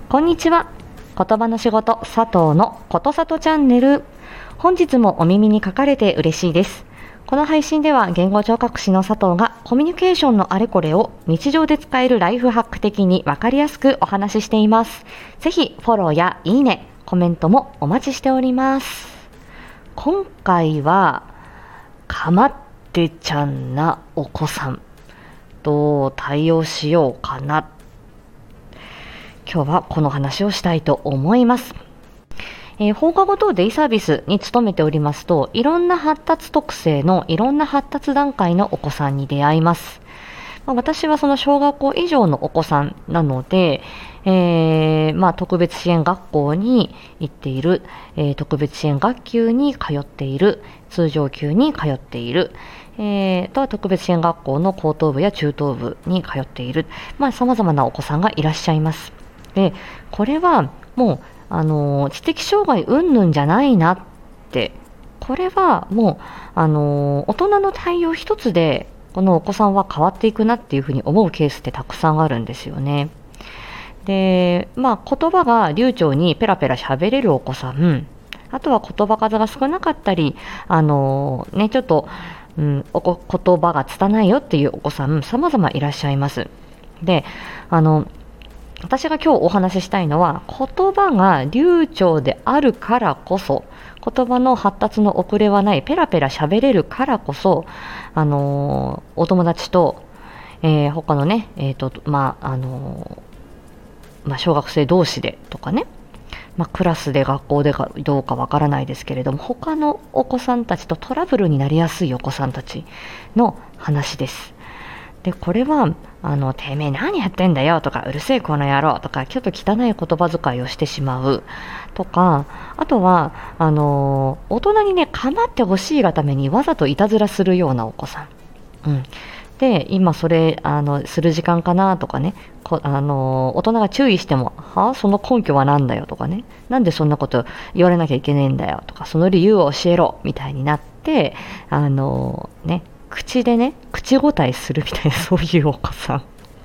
こんにちは。言葉の仕事佐藤のことさとチャンネル。本日もお耳に書かれて嬉しいです。この配信では言語聴覚士の佐藤がコミュニケーションのあれこれを日常で使えるライフハック的にわかりやすくお話ししています。ぜひフォローやいいね、コメントもお待ちしております。今回はかまってちゃんなお子さん、どう対応しようかな。今日はこの話をしたいと思います。放課後等デイサービスに勤めておりますと、いろんな発達特性のいろんな発達段階のお子さんに出会います。私はその小学校以上のお子さんなので、特別支援学校に行っている、特別支援学級に通っている、通常級に通っている、あとは特別支援学校の高等部や中等部に通っている、様々なお子さんがいらっしゃいます。で、これはもう知的障害云々じゃないなって、これはもう大人の対応一つでこのお子さんは変わっていくなっていうふうに思うケースってたくさんあるんですよね。で、言葉が流暢にペラペラ喋れるお子さん、あとは言葉数が少なかったり、ちょっと、言葉が拙いよっていうお子さん、様々いらっしゃいます。で、私が今日お話ししたいのは、言葉が流暢であるからこそ、言葉の発達の遅れはない、ペラペラ喋れるからこそ、お友達と、他のね、小学生同士でとかね、クラスで学校でかどうかわからないですけれども、他のお子さんたちとトラブルになりやすいお子さんたちの話です。で、これはてめえ何やってんだよとか、うるせえこの野郎とか、ちょっと汚い言葉遣いをしてしまうとか、あとは大人にね、構ってほしいがためにわざといたずらするようなお子さん、で、今それする時間かなとかね、大人が注意しても、その根拠は何だよとかね、なんでそんなこと言われなきゃいけないんだよとか、その理由を教えろみたいになって、口でね、口答えするみたいな、そういうお子さ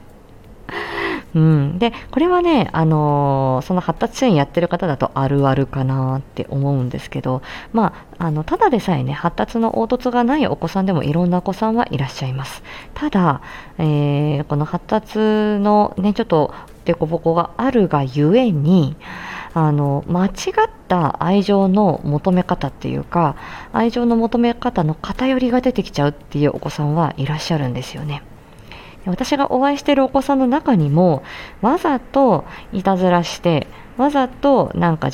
ん。で、これはね、その発達支援やってる方だとあるあるかなって思うんですけど、ただでさえね、発達の凹凸がないお子さんでもいろんなお子さんはいらっしゃいます。ただ、この発達のね、ちょっと凸凹があるがゆえに、間違った愛情の求め方っていうか、愛情の求め方の偏りが出てきちゃうっていうお子さんはいらっしゃるんですよね。私がお会いしているお子さんの中にも、わざといたずらして、わざと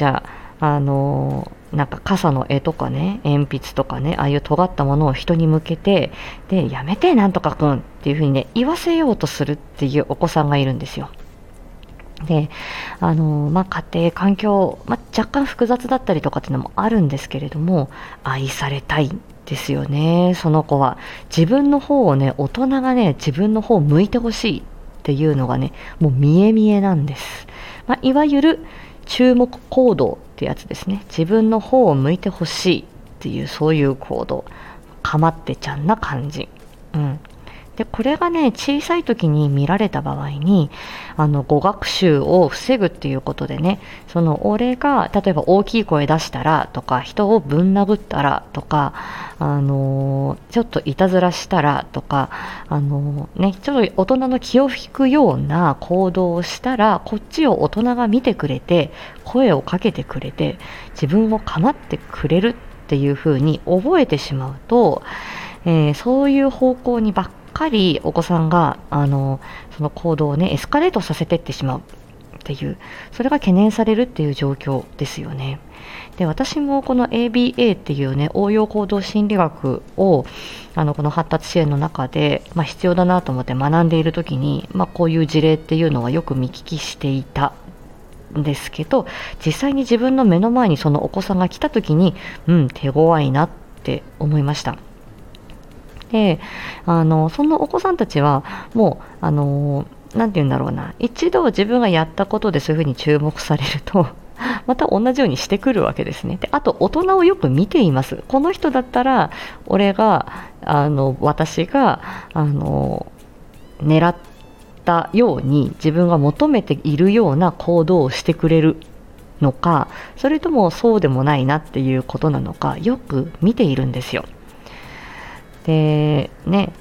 傘の絵とかね、鉛筆とかね、ああいう尖ったものを人に向けて、で、やめてなんとかくんっていうふうにね、言わせようとするっていうお子さんがいるんですよ。で、家庭環境、若干複雑だったりとかっていうのもあるんですけれども、愛されたいんですよね。その子は自分の方をね、大人がね、自分の方を向いてほしいっていうのがね、もう見え見えなんです。いわゆる注目行動ってやつですね。自分の方を向いてほしいっていう、そういう行動、かまってちゃんな感じ。で、これがね、小さい時に見られた場合に、語学習を防ぐっていうことでね、俺が、例えば大きい声出したらとか、人をぶん殴ったらとか、ちょっといたずらしたらとか、ちょっと大人の気を引くような行動をしたら、こっちを大人が見てくれて、声をかけてくれて、自分を構ってくれるっていう風に覚えてしまうと、そういう方向にばっかりお子さんがその行動をね、エスカレートさせていってしまうっていう、それが懸念されるっていう状況ですよね。で、私もこの ABA っていうね、応用行動心理学をこの発達支援の中で、必要だなと思って学んでいる時に、こういう事例っていうのはよく見聞きしていたんですけど、実際に自分の目の前にそのお子さんが来た時に、手強いなって思いました。で、そのお子さんたちはもうなんて言うんだろうな、一度自分がやったことでそういうふうに注目されるとまた同じようにしてくるわけですね。で、あと大人をよく見ています。この人だったら私が狙ったたように自分が求めているような行動をしてくれるのか、それともそうでもないなっていうことなのか、よく見ているんですよ。でね、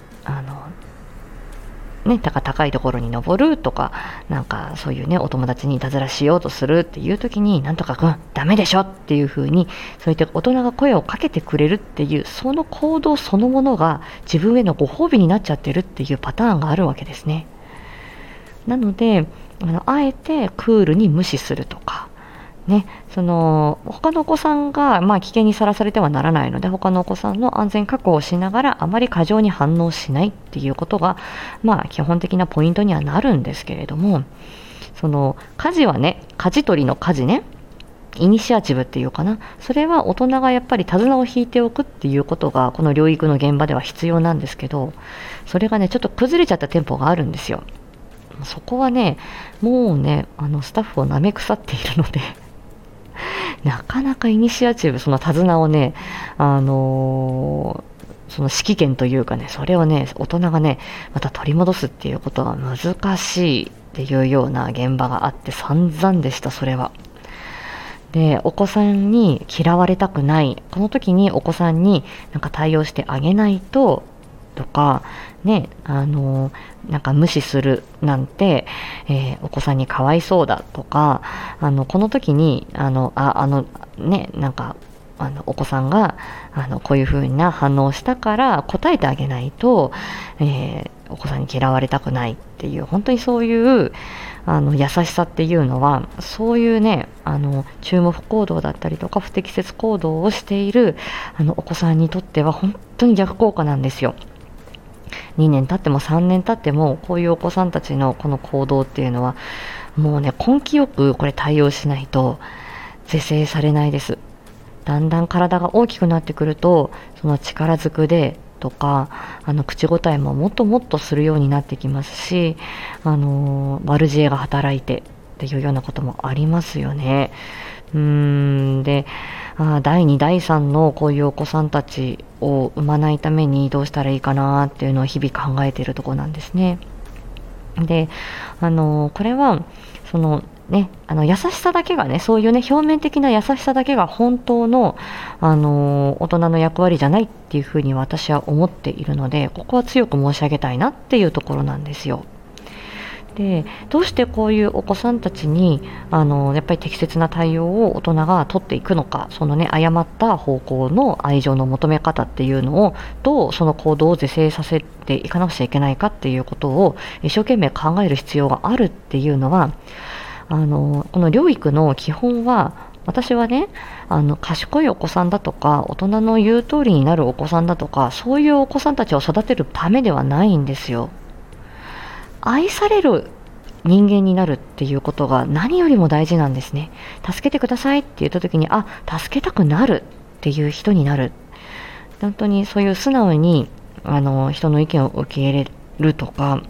高いところに登るとか、なんかそういうね、お友達にいたずらしようとするっていう時に、なんとか君ダメでしょっていう風に、そういった大人が声をかけてくれるっていう、その行動そのものが自分へのご褒美になっちゃってるっていうパターンがあるわけですね。なので、あえてクールに無視するとか、ね、その他のお子さんが、危険にさらされてはならないので、他のお子さんの安全確保をしながらあまり過剰に反応しないっていうことが、基本的なポイントにはなるんですけれども、その舵はね、舵取りの舵ね、イニシアチブっていうかな、それは大人がやっぱり手綱を引いておくっていうことがこの療育の現場では必要なんですけど、それがねちょっと崩れちゃった店舗があるんですよ。そこはね、もうね、スタッフを舐め腐っているのでなかなかイニシアチブ、その手綱をね、その指揮権というかね、それをね、大人がね、また取り戻すっていうことが難しいっていうような現場があって散々でした、それは。で、お子さんに嫌われたくない、この時にお子さんになんか対応してあげないと、とか、ね、なんか無視するなんて、お子さんにかわいそうだとか、この時に、なんか、お子さんが、こういう風な反応をしたから答えてあげないと、お子さんに嫌われたくないっていう、本当にそういう、優しさっていうのは、そういうね、注目行動だったりとか、不適切行動をしている、お子さんにとっては本当に逆効果なんですよ。2年経っても3年経っても、こういうお子さんたちのこの行動っていうのは、もうね、根気よくこれ対応しないと是正されないです。だんだん体が大きくなってくると、その力ずくでとか、口答えももっともっとするようになってきますし、悪知恵が働いてっていうようなこともありますよね。で、第2、第3のこういうお子さんたちを産まないためにどうしたらいいかなっていうのを日々考えているところなんですね。で、これはそのね、優しさだけがね、そういうね、表面的な優しさだけが本当の、大人の役割じゃないっていうふうに私は思っているので、ここは強く申し上げたいなっていうところなんですよ。で、どうしてこういうお子さんたちにやっぱり適切な対応を大人が取っていくのか、そのね、誤った方向の愛情の求め方っていうのをどうその行動を是正させていかなくちゃいけないかっていうことを一生懸命考える必要があるっていうのは、この療育の基本は、私はね、賢いお子さんだとか、大人の言う通りになるお子さんだとか、そういうお子さんたちを育てるためではないんですよ。愛される人間になるっていうことが何よりも大事なんですね。助けてくださいって言った時に、助けたくなるっていう人になる。本当にそういう素直に人の意見を受け入れるとか、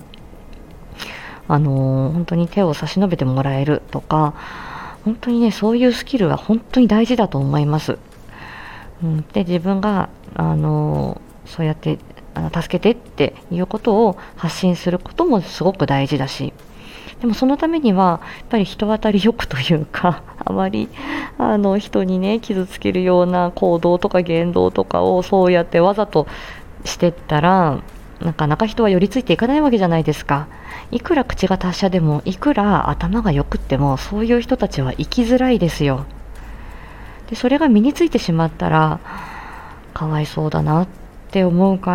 本当に手を差し伸べてもらえるとか、本当にね、そういうスキルは本当に大事だと思います。で、自分がそうやって助けてっていうことを発信することもすごく大事だし、でもそのためにはやっぱり人当たりよくというか、あまり人にね傷つけるような行動とか言動とかをそうやってわざとしてったら、なかなか人は寄りついていかないわけじゃないですか。いくら口が達者でも、いくら頭がよくっても、そういう人たちは生きづらいですよ。で、それが身についてしまったらかわいそうだなって思うから、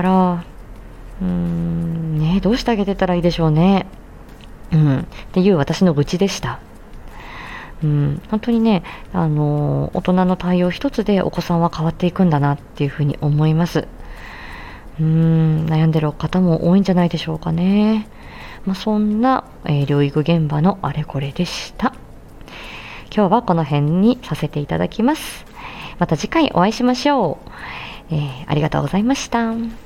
どうしてあげてたらいいでしょうね。っていう私の愚痴でした。本当にね、大人の対応一つでお子さんは変わっていくんだなっていうふうに思います。悩んでる方も多いんじゃないでしょうかね。そんな、療育現場のあれこれでした。今日はこの辺にさせていただきます。また次回お会いしましょう。ありがとうございました。